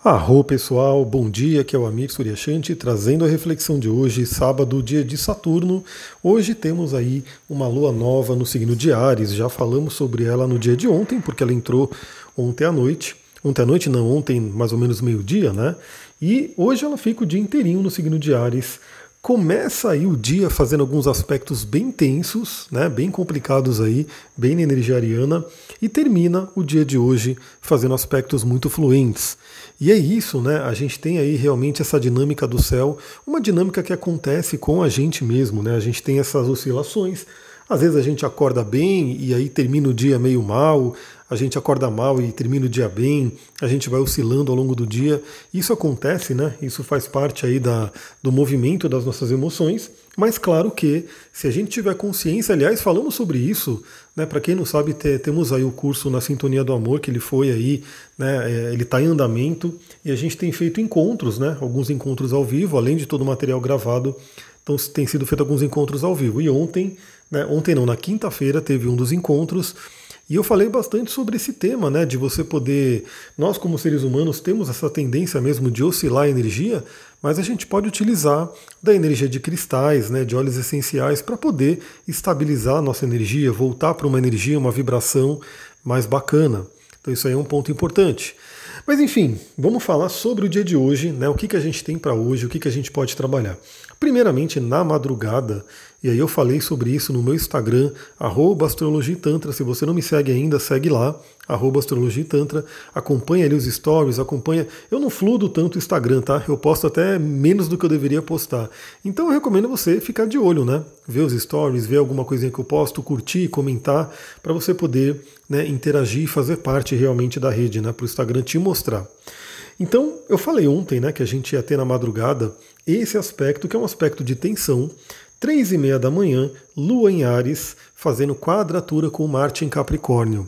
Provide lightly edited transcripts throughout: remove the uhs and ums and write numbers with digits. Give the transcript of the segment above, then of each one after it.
Arro pessoal, bom dia, aqui é o Amir Suryashanti trazendo a reflexão de hoje, sábado, dia de Saturno. Hoje temos aí uma lua nova no signo de Áries, já falamos sobre ela no dia de ontem, porque ela entrou ontem à noite. Ontem à noite não, ontem mais ou menos meio-dia, né? E hoje ela fica o dia inteirinho no signo de Áries. Começa aí o dia fazendo alguns aspectos bem tensos, né, bem complicados aí, bem na energia ariana, e termina o dia de hoje fazendo aspectos muito fluentes. E é isso, né? A gente tem aí realmente essa dinâmica do céu, uma dinâmica que acontece com a gente mesmo, né? A gente tem essas oscilações. Às vezes a gente acorda bem e aí termina o dia meio mal, a gente acorda mal e termina o dia bem, a gente vai oscilando ao longo do dia. Isso acontece, né? Isso faz parte aí do movimento das nossas emoções, mas claro que se a gente tiver consciência, aliás, falamos sobre isso, né? Para quem não sabe, temos aí o curso Na Sintonia do Amor, que ele foi aí, né? Ele está em andamento e a gente tem feito encontros, né? Alguns encontros ao vivo, além de todo o material gravado. Então tem sido feito alguns encontros ao vivo. E ontem, né, ontem não, na quinta-feira teve um dos encontros e eu falei bastante sobre esse tema, né, de você poder, nós como seres humanos temos essa tendência mesmo de oscilar a energia, mas a gente pode utilizar da energia de cristais, né, de óleos essenciais para poder estabilizar a nossa energia, voltar para uma energia, uma vibração mais bacana. Então isso aí é um ponto importante. Mas enfim, vamos falar sobre o dia de hoje, né? O que a gente tem para hoje, o que a gente pode trabalhar. Primeiramente, na madrugada, e aí eu falei sobre isso no meu Instagram, @astrologitantra. Se você não me segue ainda, segue lá, @astrologitantra. Acompanha ali os stories, acompanha. Eu não fludo tanto o Instagram, tá? Eu posto até menos do que eu deveria postar. Então eu recomendo você ficar de olho, né? Ver os stories, ver alguma coisinha que eu posto, curtir, comentar, para você poder, né, interagir e fazer parte realmente da rede, né? Para o Instagram te mostrar. Então, eu falei ontem, né, que a gente ia ter na madrugada esse aspecto, que é um aspecto de tensão, 3:30 da manhã, Lua em Áries, fazendo quadratura com Marte em Capricórnio.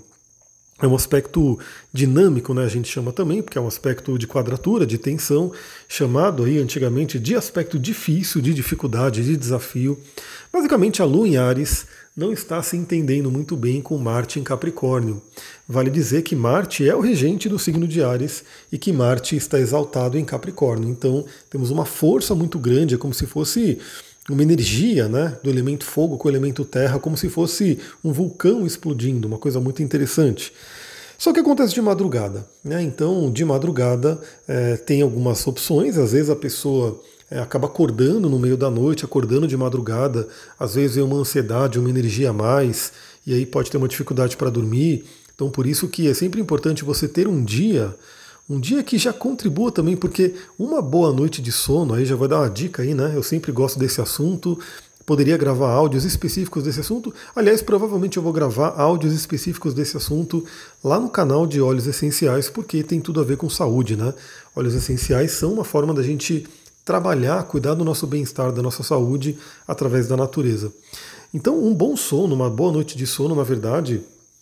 É um aspecto dinâmico, né, a gente chama também, porque é um aspecto de quadratura, de tensão, chamado aí antigamente de aspecto difícil, de dificuldade, de desafio. Basicamente, a Lua em Áries não está se entendendo muito bem com Marte em Capricórnio. Vale dizer que Marte é o regente do signo de Áries e que Marte está exaltado em Capricórnio. Então, temos uma força muito grande, é como se fosse uma energia, né, do elemento fogo com o elemento terra, como se fosse um vulcão explodindo, uma coisa muito interessante. Só que acontece de madrugada, né? Então, de madrugada tem algumas opções, às vezes a pessoa acaba acordando no meio da noite, acordando de madrugada, às vezes vem uma ansiedade, uma energia a mais, e aí pode ter uma dificuldade para dormir. Então, por isso que é sempre importante você ter um dia que já contribua também, porque uma boa noite de sono, aí já vai dar uma dica aí, né? Eu sempre gosto desse assunto, poderia gravar áudios específicos desse assunto. Aliás, provavelmente eu vou gravar áudios específicos desse assunto lá no canal de óleos essenciais, porque tem tudo a ver com saúde, né? Óleos essenciais são uma forma da gente trabalhar, cuidar do nosso bem-estar, da nossa saúde através da natureza. Então, um bom sono, uma boa noite de sono, na verdade,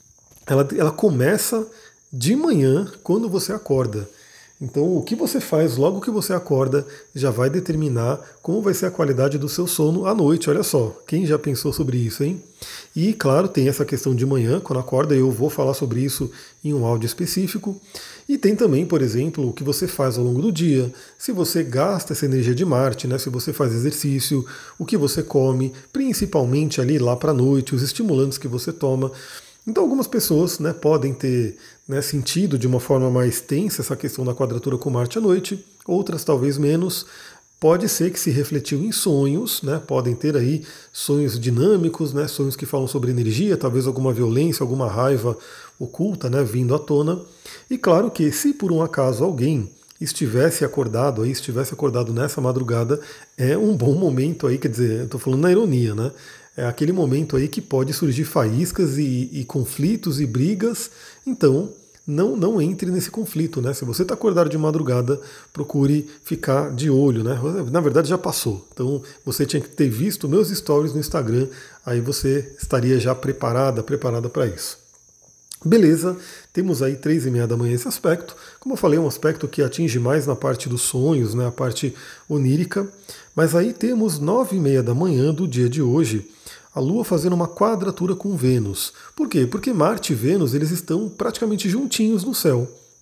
ela começa de manhã quando você acorda. Então, o que você faz logo que você acorda já vai determinar como vai ser a qualidade do seu sono à noite. Olha só, quem já pensou sobre isso, hein? E, claro, tem essa questão de manhã, quando acorda, eu vou falar sobre isso em um áudio específico. E tem também, por exemplo, o que você faz ao longo do dia, se você gasta essa energia de Marte, né? Se você faz exercício, o que você come, principalmente ali lá para a noite, os estimulantes que você toma. Então algumas pessoas, né, podem ter, né, sentido de uma forma mais tensa essa questão da quadratura com Marte à noite, outras talvez menos. Pode ser que se refletiu em sonhos, né, podem ter aí sonhos dinâmicos, né, sonhos que falam sobre energia, talvez alguma violência, alguma raiva oculta, né, vindo à tona. E claro que se por um acaso alguém estivesse acordado nessa madrugada, é um bom momento aí, quer dizer, eu estou falando na ironia, né? É aquele momento aí que pode surgir faíscas e conflitos e brigas. Então, não entre nesse conflito, né? Se você está acordado de madrugada, procure ficar de olho, né? Na verdade já passou. Então, você tinha que ter visto meus stories no Instagram, aí você estaria já preparada para isso. Beleza, temos aí 3:30 da manhã esse aspecto. Como eu falei, é um aspecto que atinge mais na parte dos sonhos, né, a parte onírica. Mas aí temos 9:30 da manhã do dia de hoje, a Lua fazendo uma quadratura com Vênus. Por quê? Porque Marte e Vênus eles estão praticamente juntinhos no céu.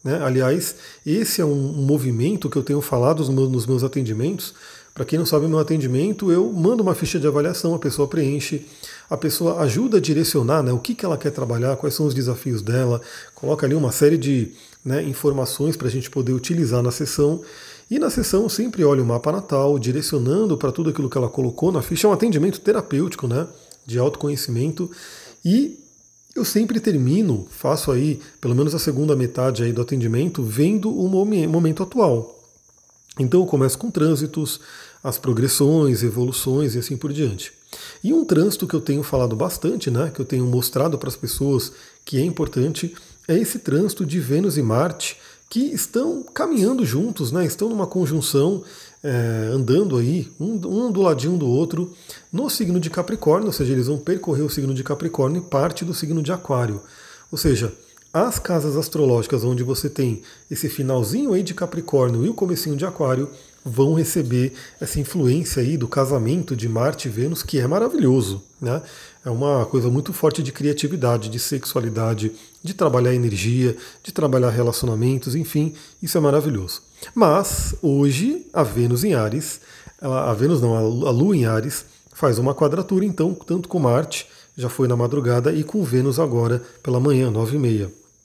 né? Aliás, esse é um movimento que eu tenho falado nos meus atendimentos. Para quem não sabe, meu atendimento, eu mando uma ficha de avaliação, a pessoa preenche, a pessoa ajuda a direcionar, né, o que ela quer trabalhar, quais são os desafios dela, coloca ali uma série de, né, informações para a gente poder utilizar na sessão. E na sessão eu sempre olho o mapa natal, direcionando para tudo aquilo que ela colocou na ficha. É um atendimento terapêutico, né, de autoconhecimento. E eu sempre termino, faço aí pelo menos a segunda metade aí do atendimento, vendo o momento atual. Então eu começo com trânsitos, as progressões, evoluções e assim por diante. E um trânsito que eu tenho falado bastante, né, que eu tenho mostrado para as pessoas que é importante, é esse trânsito de Vênus e Marte, que estão caminhando juntos, né, estão numa conjunção, andando aí, um do ladinho do outro, no signo de Capricórnio, ou seja, eles vão percorrer o signo de Capricórnio e parte do signo de Aquário. Ou seja, as casas astrológicas onde você tem esse finalzinho aí de Capricórnio e o comecinho de Aquário vão receber essa influência aí do casamento de Marte e Vênus, que é maravilhoso, né? É uma coisa muito forte de criatividade, de sexualidade, de trabalhar energia, de trabalhar relacionamentos, enfim, isso é maravilhoso. Mas hoje a Vênus em Áries, a Vênus não, a Lua em Áries faz uma quadratura, então, tanto com Marte, já foi na madrugada, e com Vênus agora pela manhã, 9h30.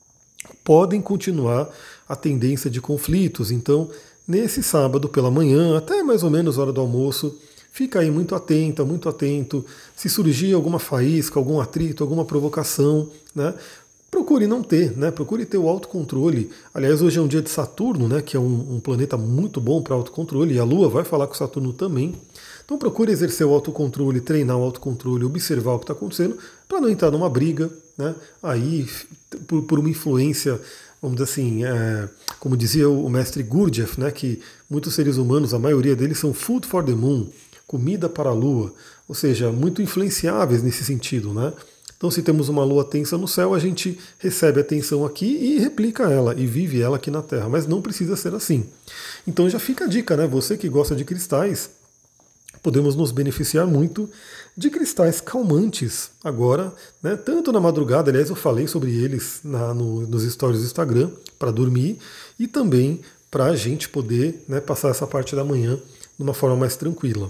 Podem continuar a tendência de conflitos. Então, nesse sábado pela manhã, até mais ou menos hora do almoço, fica aí muito atenta, muito atento. Se surgir alguma faísca, algum atrito, alguma provocação, né, procure não ter, né? Procure ter o autocontrole. Aliás, hoje é um dia de Saturno, né, que é um planeta muito bom para autocontrole, e a Lua vai falar com Saturno também. Então procure exercer o autocontrole, treinar o autocontrole, observar o que está acontecendo, para não entrar numa briga, né? Aí, por uma influência, vamos dizer assim, como dizia o mestre Gurdjieff, né, que muitos seres humanos, a maioria deles são food for the moon, comida para a Lua, ou seja, muito influenciáveis nesse sentido, né? Então, se temos uma lua tensa no céu, a gente recebe a tensão aqui e replica ela, e vive ela aqui na Terra, mas não precisa ser assim. Então já fica a dica, né? Você que gosta de cristais, podemos nos beneficiar muito de cristais calmantes agora, né? Tanto na madrugada, aliás, eu falei sobre eles nos stories do Instagram, para dormir, e também para a gente poder, né, passar essa parte da manhã de uma forma mais tranquila.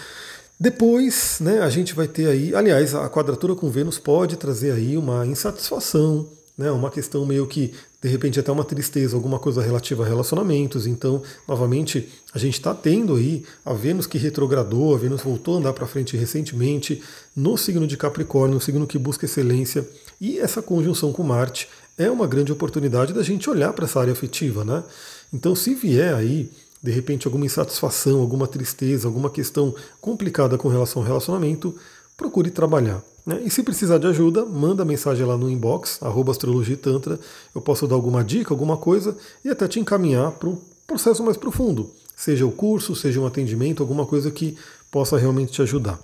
Depois, né, a gente vai ter aí, aliás, a quadratura com Vênus pode trazer aí uma insatisfação, né, uma questão meio que, de repente, até uma tristeza, alguma coisa relativa a relacionamentos. Então, novamente, a gente está tendo aí a Vênus que retrogradou, a Vênus voltou a andar para frente recentemente, no signo de Capricórnio, um signo que busca excelência, e essa conjunção com Marte é uma grande oportunidade da gente olhar para essa área afetiva, né? Então, se vier aí, de repente, alguma insatisfação, alguma tristeza, alguma questão complicada com relação ao relacionamento, procure trabalhar, né? E se precisar de ajuda, manda mensagem lá no inbox, @astrologiatantra, eu posso dar alguma dica, alguma coisa, e até te encaminhar para um processo mais profundo, seja o curso, seja um atendimento, alguma coisa que possa realmente te ajudar.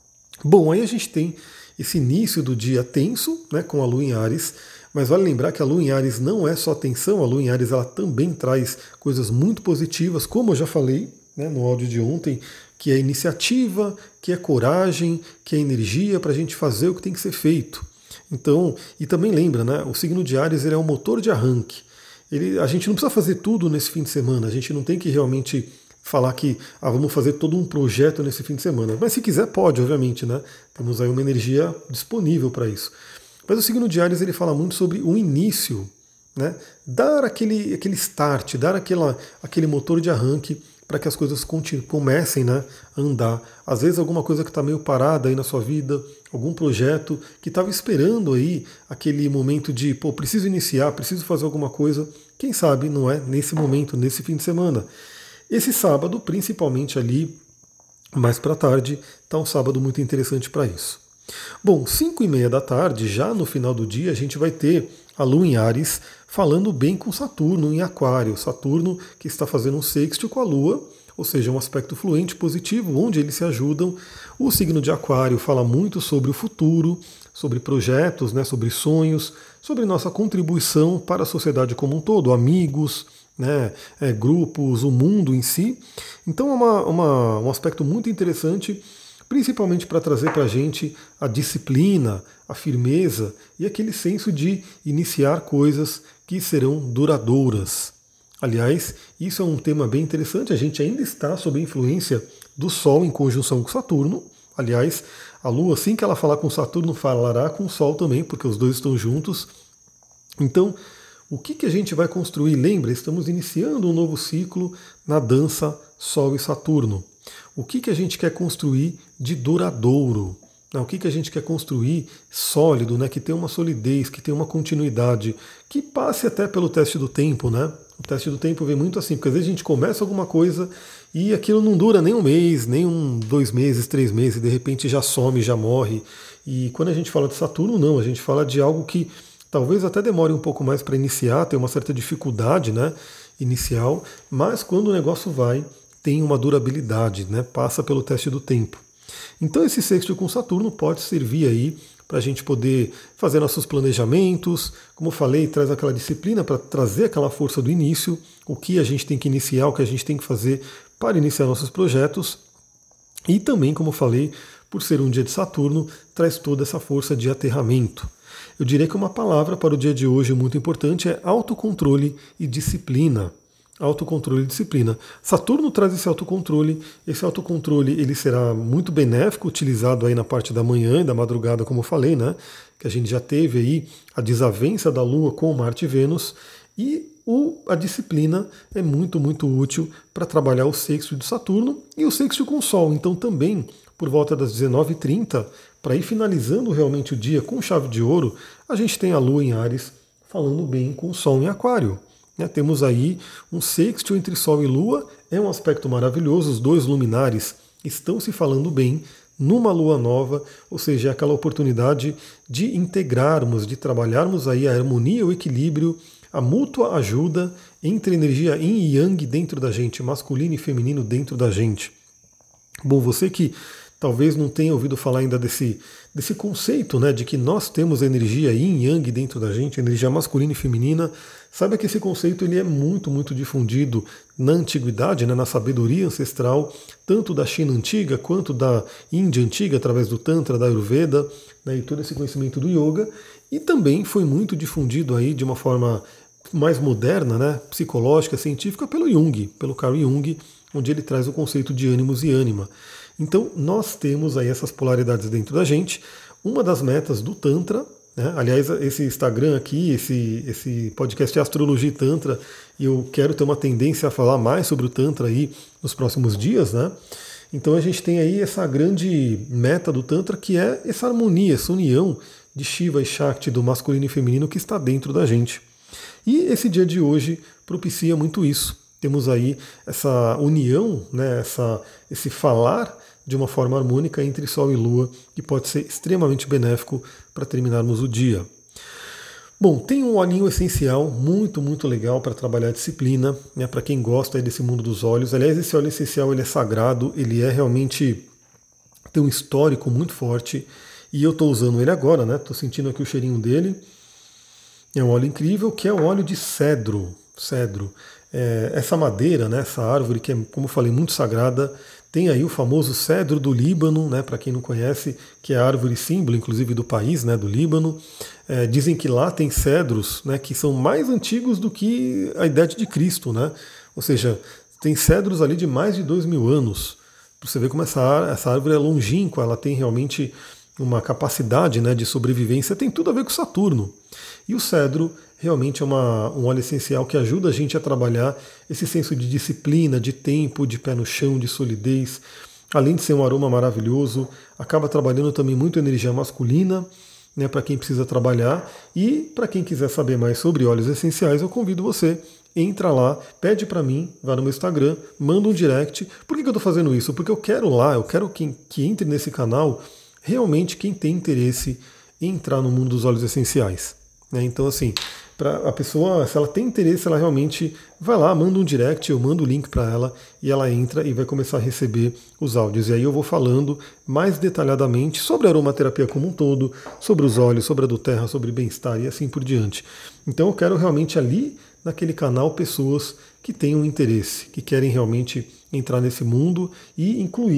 Bom, aí a gente tem esse início do dia tenso, né, com a Lua em Áries, mas vale lembrar que a Lua em Áries não é só tensão, a Lua em Áries ela também traz coisas muito positivas, como eu já falei, né, no áudio de ontem, que é iniciativa, que é coragem, que é energia para a gente fazer o que tem que ser feito. Então, e também lembra, né, o signo de Áries ele é um motor de arranque. A gente não precisa fazer tudo nesse fim de semana, a gente não tem que realmente falar que vamos fazer todo um projeto nesse fim de semana. Mas se quiser, pode, obviamente, né? Temos aí uma energia disponível para isso. Mas o signo de Áries ele fala muito sobre o início, né? Dar aquele start, dar aquele motor de arranque para que as coisas comecem, né, a andar. Às vezes alguma coisa que está meio parada aí na sua vida, algum projeto que estava esperando aí aquele momento de, preciso iniciar, preciso fazer alguma coisa. Quem sabe não é nesse momento, nesse fim de semana. Esse sábado, principalmente ali mais para tarde, está um sábado muito interessante para isso. Bom, 5h30 da tarde, já no final do dia, a gente vai ter a Lua em Áries falando bem com Saturno em Aquário. Saturno que está fazendo um sextil com a Lua, ou seja, um aspecto fluente positivo, onde eles se ajudam. O signo de Aquário fala muito sobre o futuro, sobre projetos, né, sobre sonhos, sobre nossa contribuição para a sociedade como um todo, amigos, né, grupos, o mundo em si. Então é um aspecto muito interessante principalmente para trazer para a gente a disciplina, a firmeza e aquele senso de iniciar coisas que serão duradouras. Aliás, isso é um tema bem interessante, a gente ainda está sob a influência do Sol em conjunção com Saturno. Aliás, a Lua, assim que ela falar com Saturno, falará com o Sol também, porque os dois estão juntos. Então, o que a gente vai construir? Lembra, estamos iniciando um novo ciclo na dança Sol e Saturno. O que a gente quer construir de duradouro? O que a gente quer construir sólido, né? Que tenha uma solidez, que tenha uma continuidade, que passe até pelo teste do tempo, né? O teste do tempo vem muito assim, porque às vezes a gente começa alguma coisa e aquilo não dura nem um mês, nem 2 meses, 3 meses, e de repente já some, já morre. E quando a gente fala de Saturno, não, a gente fala de algo que talvez até demore um pouco mais para iniciar, tem uma certa dificuldade, né, inicial, mas quando o negócio vai, tem uma durabilidade, né, passa pelo teste do tempo. Então esse sexto com Saturno pode servir aí para a gente poder fazer nossos planejamentos, como eu falei, traz aquela disciplina para trazer aquela força do início, o que a gente tem que iniciar, o que a gente tem que fazer para iniciar nossos projetos. E também, como eu falei, por ser um dia de Saturno, traz toda essa força de aterramento. Eu diria que uma palavra para o dia de hoje muito importante é autocontrole e disciplina. Autocontrole e disciplina. Saturno traz esse autocontrole. Esse autocontrole ele será muito benéfico, utilizado aí na parte da manhã e da madrugada, como eu falei, né? Que a gente já teve aí a desavença da Lua com Marte e Vênus. E a disciplina é muito, muito útil para trabalhar o sexto de Saturno e o sexto com o Sol. Então também, por volta das 19h30, para ir finalizando realmente o dia com chave de ouro, a gente tem a Lua em Áries falando bem com o Sol em Aquário. Temos aí um sextil entre Sol e Lua, é um aspecto maravilhoso, os dois luminares estão se falando bem numa Lua nova, ou seja, é aquela oportunidade de integrarmos, de trabalharmos aí a harmonia, o equilíbrio, a mútua ajuda entre energia yin e yang dentro da gente, masculino e feminino dentro da gente. Bom, você que talvez não tenha ouvido falar ainda desse conceito, né, de que nós temos energia yin e yang dentro da gente, energia masculina e feminina. Saiba que esse conceito ele é muito, muito difundido na antiguidade, né, na sabedoria ancestral, tanto da China antiga quanto da Índia antiga, através do Tantra, da Ayurveda, né, e todo esse conhecimento do Yoga. E também foi muito difundido aí de uma forma mais moderna, né, psicológica, científica, pelo Jung, pelo Carl Jung, onde ele traz o conceito de ânimos e ânima. Então, nós temos aí essas polaridades dentro da gente. Uma das metas do Tantra, né? Aliás, esse Instagram aqui, esse podcast é Astrologia e Tantra, e eu quero ter uma tendência a falar mais sobre o Tantra aí nos próximos dias, né? Então a gente tem aí essa grande meta do Tantra, que é essa harmonia, essa união de Shiva e Shakti, do masculino e feminino, que está dentro da gente. E esse dia de hoje propicia muito isso. Temos aí essa união, né, esse falar de uma forma harmônica entre Sol e Lua, que pode ser extremamente benéfico para terminarmos o dia. Bom, tem um olhinho essencial muito, muito legal para trabalhar a disciplina, né, para quem gosta aí desse mundo dos olhos. Aliás, esse óleo essencial ele é sagrado, ele é realmente tem um histórico muito forte e eu estou usando ele agora, né? Estou sentindo aqui o cheirinho dele. É um óleo incrível que é o óleo de cedro. Cedro. Essa madeira, né, essa árvore que é, como eu falei, muito sagrada. Tem aí o famoso cedro do Líbano, né, para quem não conhece, que é a árvore símbolo, inclusive, do país, né, do Líbano. Dizem que lá tem cedros, né, que são mais antigos do que a idade de Cristo, né? Ou seja, tem cedros ali de mais de 2000 anos. Você vê como essa árvore é longínqua, ela tem realmente uma capacidade, né, de sobrevivência, tem tudo a ver com Saturno. E o cedro realmente é um óleo essencial que ajuda a gente a trabalhar esse senso de disciplina, de tempo, de pé no chão, de solidez. Além de ser um aroma maravilhoso, acaba trabalhando também muito energia masculina, né, para quem precisa trabalhar. E para quem quiser saber mais sobre óleos essenciais, eu convido você, entra lá, pede para mim, vai no meu Instagram, manda um direct. Por que eu estou fazendo isso? Porque eu quero que entre nesse canal realmente quem tem interesse em entrar no mundo dos óleos essenciais. Então, assim, para a pessoa, se ela tem interesse, ela realmente vai lá, manda um direct, eu mando o link para ela e ela entra e vai começar a receber os áudios. E aí eu vou falando mais detalhadamente sobre a aromaterapia como um todo, sobre os óleos, sobre a do terra, sobre bem-estar e assim por diante. Então eu quero realmente ali, naquele canal, pessoas que tenham interesse, que querem realmente entrar nesse mundo e incluir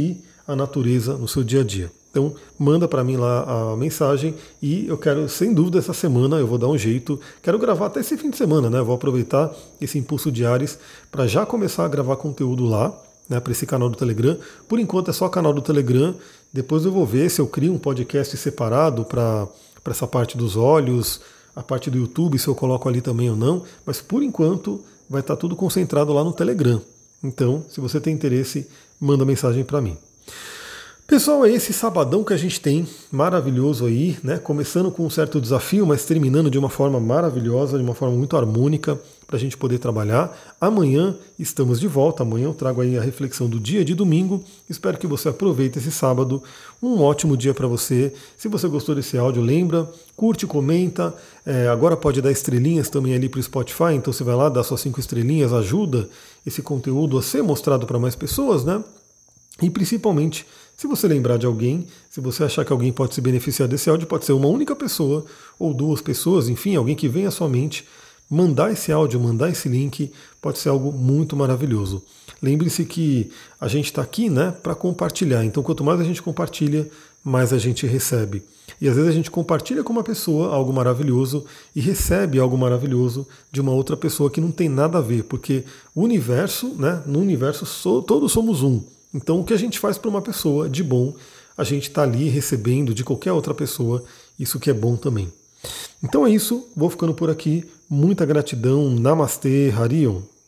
a natureza no seu dia a dia. Então, manda para mim lá a mensagem e eu quero, sem dúvida, essa semana eu vou dar um jeito. Quero gravar até esse fim de semana, né? Vou aproveitar esse impulso de Ares para já começar a gravar conteúdo lá, né? Para esse canal do Telegram. Por enquanto é só canal do Telegram. Depois eu vou ver se eu crio um podcast separado para essa parte dos olhos, a parte do YouTube, se eu coloco ali também ou não. Mas por enquanto vai estar tudo concentrado lá no Telegram. Então, se você tem interesse, manda mensagem para mim. Pessoal, é esse sabadão que a gente tem, maravilhoso aí, né? Começando com um certo desafio, mas terminando de uma forma maravilhosa, de uma forma muito harmônica, para a gente poder trabalhar. Amanhã estamos de volta, amanhã eu trago aí a reflexão do dia de domingo. Espero que você aproveite esse sábado. Um ótimo dia para você. Se você gostou desse áudio, lembra, curte, comenta. Agora pode dar estrelinhas também ali para o Spotify, então você vai lá, dá suas 5 estrelinhas, ajuda esse conteúdo a ser mostrado para mais pessoas, né? E principalmente, se você lembrar de alguém, se você achar que alguém pode se beneficiar desse áudio, pode ser uma única pessoa ou 2 pessoas, enfim, alguém que venha à sua mente, mandar esse áudio, mandar esse link, pode ser algo muito maravilhoso. Lembre-se que a gente está aqui, né, para compartilhar. Então, quanto mais a gente compartilha, mais a gente recebe. E às vezes a gente compartilha com uma pessoa algo maravilhoso e recebe algo maravilhoso de uma outra pessoa que não tem nada a ver, porque o universo, né, no universo todos somos um. Então, o que a gente faz para uma pessoa de bom, a gente está ali recebendo de qualquer outra pessoa, isso que é bom também. Então é isso, vou ficando por aqui. Muita gratidão. Namastê, Harion.